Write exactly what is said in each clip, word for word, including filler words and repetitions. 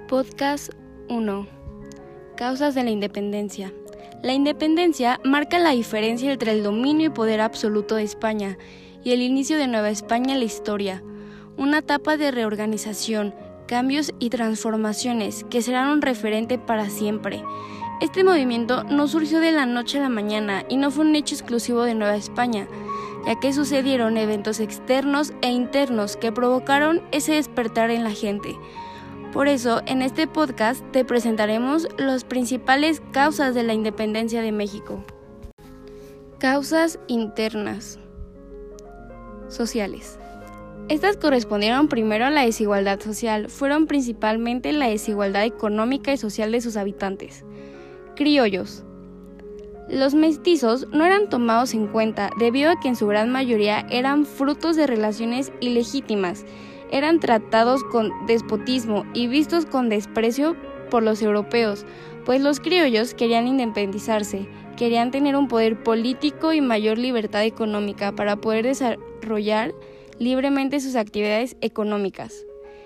Podcast uno. Causas de la independencia. La independencia marca la diferencia entre el dominio y poder absoluto de España y el inicio de Nueva España en la historia, una etapa de reorganización, cambios y transformaciones que serán un referente para siempre. Este movimiento no surgió de la noche a la mañana y no fue un hecho exclusivo de Nueva España, ya que sucedieron eventos externos e internos que provocaron ese despertar en la gente. Por eso, en este podcast te presentaremos las principales causas de la independencia de México. Causas internas sociales. Estas correspondieron primero a la desigualdad social, fueron principalmente la desigualdad económica y social de sus habitantes. Criollos. Los mestizos no eran tomados en cuenta debido a que en su gran mayoría eran frutos de relaciones ilegítimas, eran tratados con despotismo y vistos con desprecio por los europeos, pues los criollos querían independizarse, querían tener un poder político y mayor libertad económica para poder desarrollar libremente sus actividades económicas.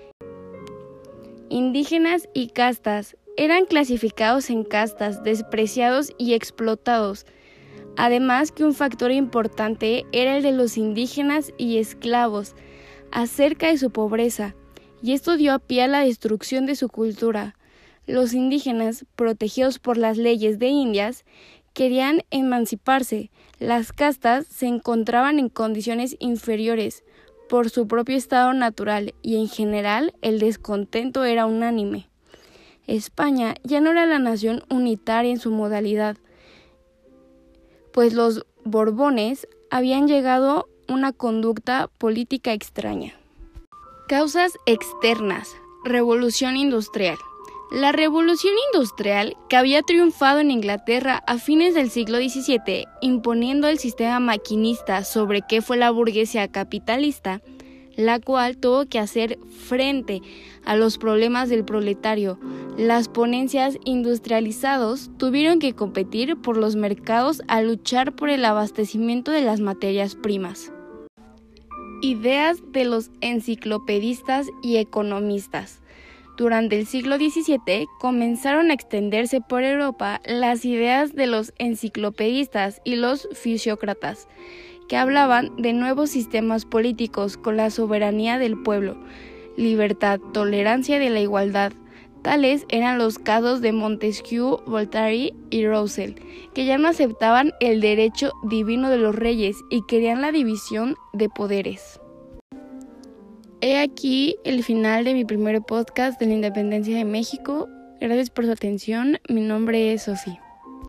Indígenas y castas eran clasificados en castas, despreciados y explotados. Además que un factor importante era el de los indígenas y esclavos, acerca de su pobreza, y esto dio a pie a la destrucción de su cultura. Los indígenas, protegidos por las leyes de Indias, querían emanciparse. Las castas se encontraban en condiciones inferiores por su propio estado natural y en general el descontento era unánime. España ya no era la nación unitaria en su modalidad, pues los Borbones habían llegado una conducta política extraña. Causas externas. Revolución industrial. La revolución industrial, que había triunfado en Inglaterra a fines del siglo diecisiete, imponiendo el sistema maquinista sobre qué fue la burguesía capitalista, la cual tuvo que hacer frente a los problemas del proletario. Las ponencias industrializados tuvieron que competir por los mercados a luchar por el abastecimiento de las materias primas. Ideas de los enciclopedistas y economistas. Durante el siglo diecisiete comenzaron a extenderse por Europa las ideas de los enciclopedistas y los fisiócratas, que hablaban de nuevos sistemas políticos con la soberanía del pueblo, libertad, tolerancia de la igualdad. Tales eran los casos de Montesquieu, Voltaire y Rousseau, que ya no aceptaban el derecho divino de los reyes y querían la división de poderes. He aquí el final de mi primer podcast de la independencia de México. Gracias por su atención. Mi nombre es Sofi.